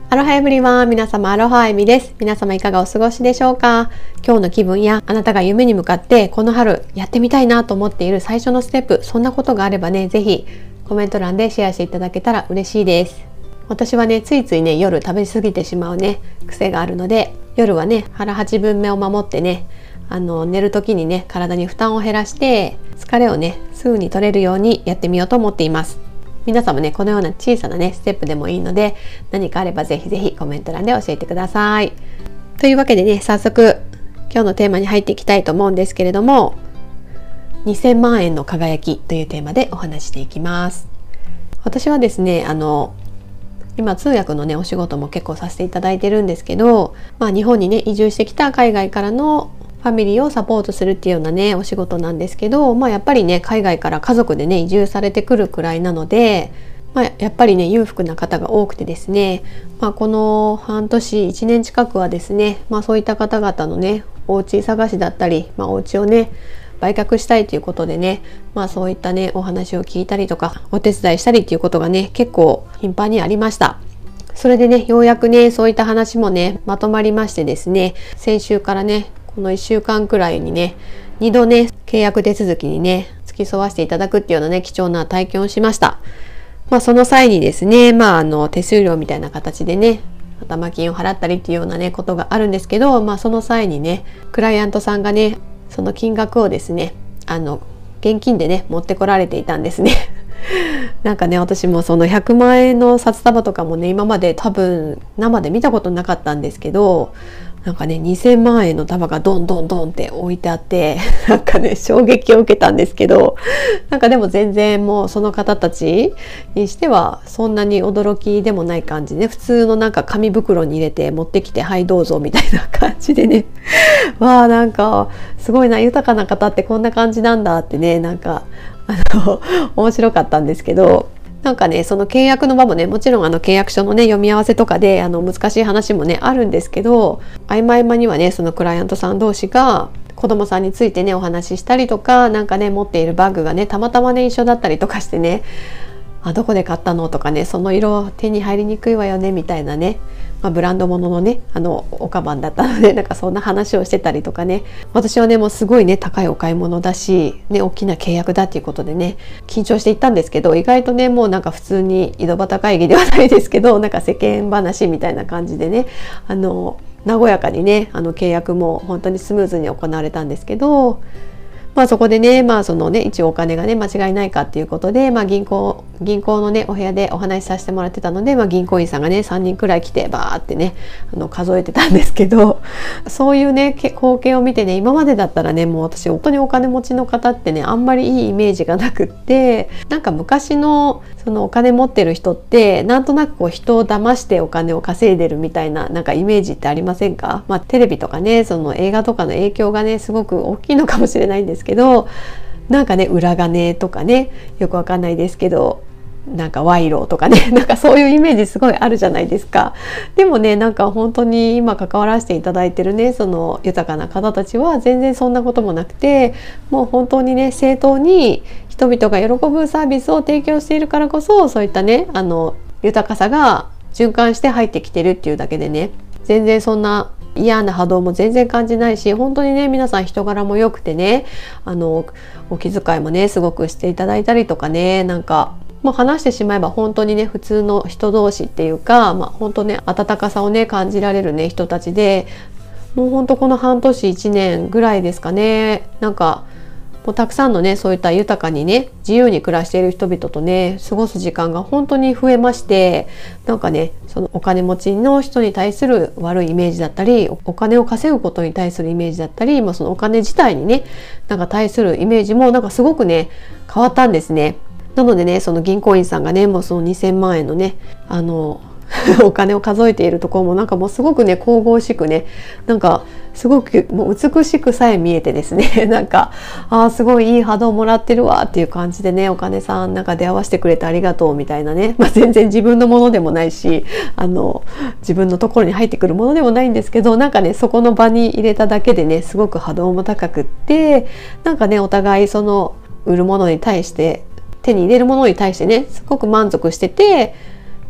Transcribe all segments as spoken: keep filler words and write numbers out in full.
アロハエブリワン、皆様アロハエミです。皆様いかがお過ごしでしょうか。今日の気分やあなたが夢に向かってこの春やってみたいなと思っている最初のステップ、そんなことがあればね、ぜひコメント欄でシェアしていただけたら嬉しいです。私はね、ついついね、夜食べ過ぎてしまうね、癖があるので、夜はね、腹はちぶんめを守ってね、あの寝る時にね、体に負担を減らして疲れをね、すぐに取れるようにやってみようと思っています。皆さんもね、このような小さなねステップでもいいので、何かあればぜひぜひコメント欄で教えてください。というわけでね、早速今日のテーマに入っていきたいと思うんですけれども、にせんまんえんの輝きというテーマでお話していきます。私はですね、あの今通訳のねお仕事も結構させていただいてるんですけど、まあ、日本にね移住してきた海外からのファミリーをサポートするっていうようなねお仕事なんですけど、まあやっぱりね海外から家族でね移住されてくるくらいなので、まあ、やっぱりね裕福な方が多くてですね、まあ、この半年いちねん近くはですね、まあ、そういった方々のねお家探しだったり、まあ、お家をね売却したいということでね、まあそういったねお話を聞いたりとかお手伝いしたりっていうことがね結構頻繁にありました。それでねようやくねそういった話もねまとまりましてですね、先週からねこのいっしゅうかんくらいにねにどね契約手続きにね付き添わせていただくっていうようなね貴重な体験をしました。まあその際にですね、まああの手数料みたいな形でね頭金を払ったりっていうようなねことがあるんですけど、まあその際にねクライアントさんがねその金額をですねあの現金でね持ってこられていたんですね。なんかね私もそのひゃくまんえんの札束とかもね今まで多分生で見たことなかったんですけど、なんかねにせんまんえんの束がドンドンドンって置いてあってなんかね衝撃を受けたんですけど、なんかでも全然もうその方たちにしてはそんなに驚きでもない感じで、ね、普通のなんか紙袋に入れて持ってきてはいどうぞみたいな感じでねわあなんかすごいな、豊かな方ってこんな感じなんだってね、なんかあの面白かったんですけど、なんかねその契約の場もねもちろんあの契約書のね読み合わせとかであの難しい話もねあるんですけど、合間合間にはねそのクライアントさん同士が子供さんについてねお話ししたりとか、なんかね持っているバッグがねたまたまね一緒だったりとかしてね、あどこで買ったのとかね、その色手に入りにくいわよねみたいなね、まあ、ブランド物のねあのおカバンだったのでなんかそんな話をしてたりとかね、私はねもうすごいね高いお買い物だし、ね、大きな契約だっていうことでね緊張していったんですけど、意外とねもうなんか普通に井戸端会議ではないですけど、なんか世間話みたいな感じでねあの和やかにねあの契約も本当にスムーズに行われたんですけど、まあそこでね、まあそのね、一応お金がね、間違いないかっていうことで、まあ銀行、銀行のね、お部屋でお話しさせてもらってたので、まあ銀行員さんがね、さんにんくらい来て、バーってね、あの数えてたんですけど、そういうね、光景を見てね、今までだったらね、もう私、本当にお金持ちの方ってね、あんまりいいイメージがなくって、なんか昔のそのお金持ってる人って、なんとなくこう人を騙してお金を稼いでるみたいな、なんかイメージってありませんか？まあテレビとかね、その映画とかの影響がね、すごく大きいのかもしれないんですけど、けどなんかね裏金とかねよくわかんないですけどなんか賄賂とかねなんかそういうイメージすごいあるじゃないですか。でもねなんか本当に今関わらせていただいてるねその豊かな方たちは全然そんなこともなくて、もう本当にね正当に人々が喜ぶサービスを提供しているからこそ、そういったねあの豊かさが循環して入ってきてるっていうだけでね、全然そんな嫌な波動も全然感じないし、本当にね皆さん人柄も良くてね、あのお気遣いもねすごくしていただいたりとかね、なんかもう話してしまえば本当にね普通の人同士っていうか、まあ本当ね温かさをね感じられるね人たちで、もう本当この半年いちねんぐらいですかね、なんかもうたくさんのねそういった豊かにね自由に暮らしている人々とね過ごす時間が本当に増えまして、なんかねそのお金持ちの人に対する悪いイメージだったり、お金を稼ぐことに対するイメージだったり、まあ、そのお金自体にねなんか対するイメージもなんかすごくね変わったんですね。なのでねその銀行員さんがねもうそのにせんまんえんのねあのお金を数えているところもなんかもうすごくね神々しくね、なんかすごくもう美しくさえ見えてですねなんかあーすごいいい波動もらってるわっていう感じでね、お金さんなんか出会わせてくれてありがとうみたいなね、まあ、全然自分のものでもないしあの自分のところに入ってくるものでもないんですけど、なんかねそこの場に入れただけでねすごく波動も高くって、なんかねお互いその売るものに対して手に入れるものに対してねすごく満足してて、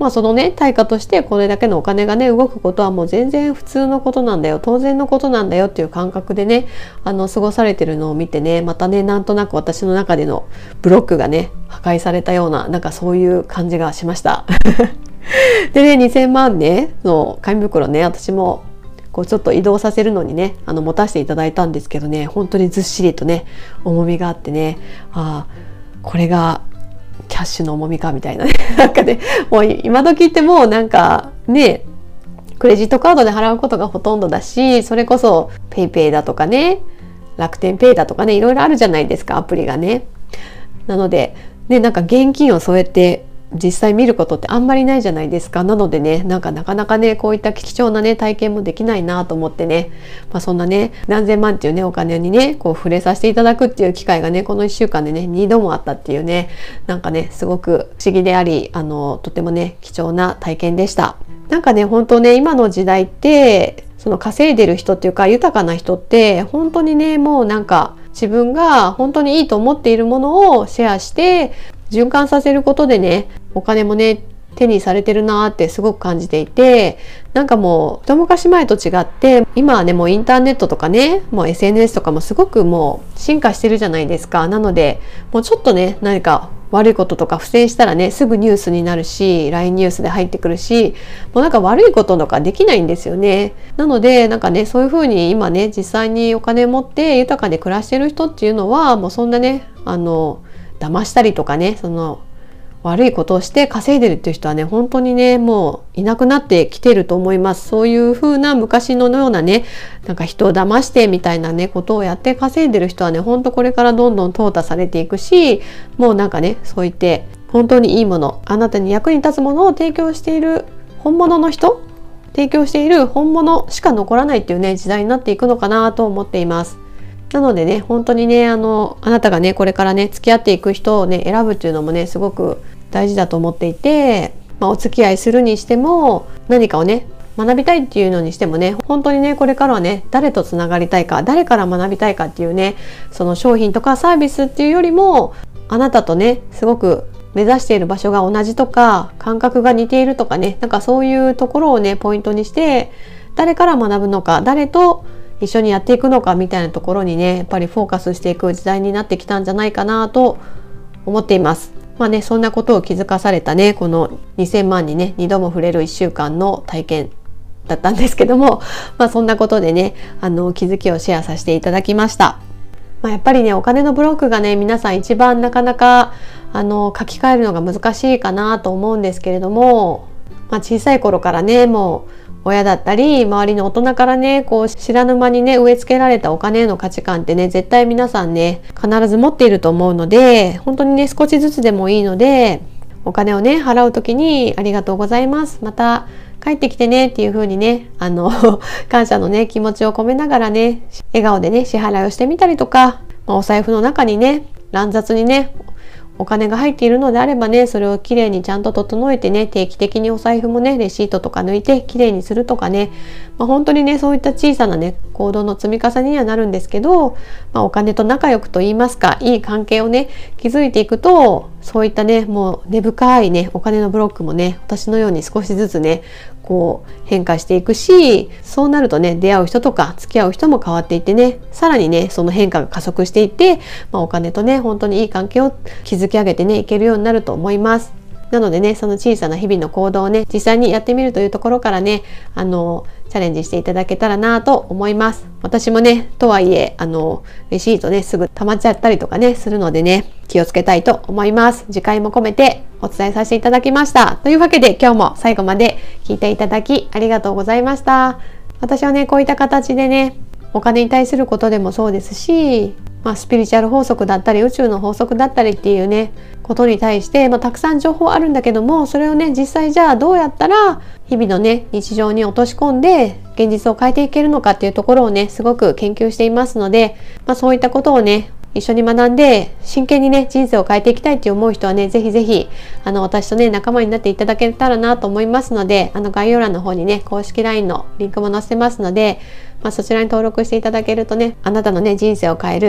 まあそのね対価としてこれだけのお金がね動くことはもう全然普通のことなんだよ、当然のことなんだよっていう感覚でねあの過ごされてるのを見てね、またねなんとなく私の中でのブロックがね破壊されたような、なんかそういう感じがしましたでねにせんまんねの紙袋ね、私もこうちょっと移動させるのにねあの持たせていただいたんですけどね、本当にずっしりとね重みがあってね、ああこれがキャッシュの重みかみたいなねなんかねもう今時ってもうなんかねクレジットカードで払うことがほとんどだし、それこそペイペイだとかね楽天ペイだとかねいろいろあるじゃないですか、アプリがね。なのでねなんか現金をそうやって実際見ることってあんまりないじゃないですか。なのでねなんかなかなかねこういった貴重なね体験もできないなと思ってね、まあ、そんなね何千万っていうねお金にねこう触れさせていただくっていう機会がねこのいっしゅうかんでねにどもあったっていうね、なんかねすごく不思議であり、あのとてもね貴重な体験でした。なんかね本当ね今の時代ってその稼いでる人っていうか豊かな人って本当にねもうなんか自分が本当にいいと思っているものをシェアして循環させることでねお金もね手にされてるなってすごく感じていて、なんかもう一昔前と違って今はねもうインターネットとかねもう エスエヌエス とかもすごくもう進化してるじゃないですか。なのでもうちょっとね何か悪いこととか不正したらねすぐニュースになるし ライン ニュースで入ってくるし、もうなんか悪いこととかできないんですよね。なのでなんかねそういうふうに今ね実際にお金を持って豊かで暮らしてる人っていうのはもうそんなねあの騙したりとかねその悪いことをして稼いでるっていう人はね本当にねもういなくなってきてると思います。そういう風な昔のようなねなんか人を騙してみたいなねことをやって稼いでる人はね本当これからどんどん淘汰されていくし、もうなんかねそう言って本当にいいもの、あなたに役に立つものを提供している本物の人、提供している本物しか残らないっていうね時代になっていくのかなと思っています。なのでね本当にねあのあなたがねこれからね付き合っていく人をね選ぶっていうのもねすごく大事だと思っていて、まあ、お付き合いするにしても何かをね学びたいっていうのにしてもね本当にねこれからはね誰とつながりたいか誰から学びたいかっていうねその商品とかサービスっていうよりもあなたとねすごく目指している場所が同じとか感覚が似ているとかねなんかそういうところをねポイントにして誰から学ぶのか誰と一緒にやっていくのかみたいなところにねやっぱりフォーカスしていく時代になってきたんじゃないかなと思っています。まあねそんなことを気づかされたねこのにせんまんにねにども触れるいっしゅうかんの体験だったんですけども、まあそんなことでねあの気づきをシェアさせていただきました。まあ、やっぱりねお金のブロックがね皆さん一番なかなかあの書き換えるのが難しいかなと思うんですけれども、まあ、小さい頃からねもう親だったり周りの大人からねこう知らぬ間にね植え付けられたお金への価値観ってね絶対皆さんね必ず持っていると思うので、本当にね少しずつでもいいのでお金をね払う時にありがとうございます、また帰ってきてねっていう風にねあの感謝のね気持ちを込めながらね笑顔でね支払いをしてみたりとか、まあ、お財布の中にね乱雑にねお金が入っているのであればねそれをきれいにちゃんと整えてね定期的にお財布もねレシートとか抜いてきれいにするとかね、まあ、本当にねそういった小さなね行動の積み重ねにはなるんですけど、まあ、お金と仲良くと言いますかいい関係をね築いていくとそういったねもう根深いねお金のブロックもね私のように少しずつねこう変化していくし、そうなるとね出会う人とか付き合う人も変わっていってねさらにねその変化が加速していって、まあ、お金とね本当にいい関係を築き上げてねいけるようになると思います。なのでねその小さな日々の行動をね実際にやってみるというところからねあのチャレンジしていただけたらなと思います。私もねとはいえあのレシートねすぐ溜まっちゃったりとかねするのでね気をつけたいと思います。次回も込めてお伝えさせていただきました。というわけで今日も最後まで聞いていただきありがとうございました。私はねこういった形でねお金に対することでもそうですし、まあ、スピリチュアル法則だったり宇宙の法則だったりっていうねことに対して、まあ、たくさん情報あるんだけどもそれをね実際じゃあどうやったら日々のね日常に落とし込んで現実を変えていけるのかっていうところをねすごく研究していますので、まあ、そういったことをね一緒に学んで真剣にね人生を変えていきたいって思う人はねぜひぜひあの私とね仲間になっていただけたらなと思いますので、あの概要欄の方にね公式 ライン のリンクも載せてますので、まあ、そちらに登録していただけるとねあなたのね人生を変える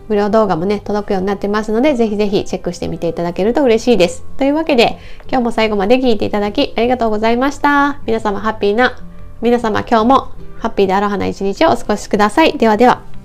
無料動画もね届くようになってますので、ぜひぜひチェックしてみていただけると嬉しいです。というわけで今日も最後まで聞いていただきありがとうございました。皆様ハッピーな皆様今日もハッピーでアロハな一日をお過ごしください。ではでは。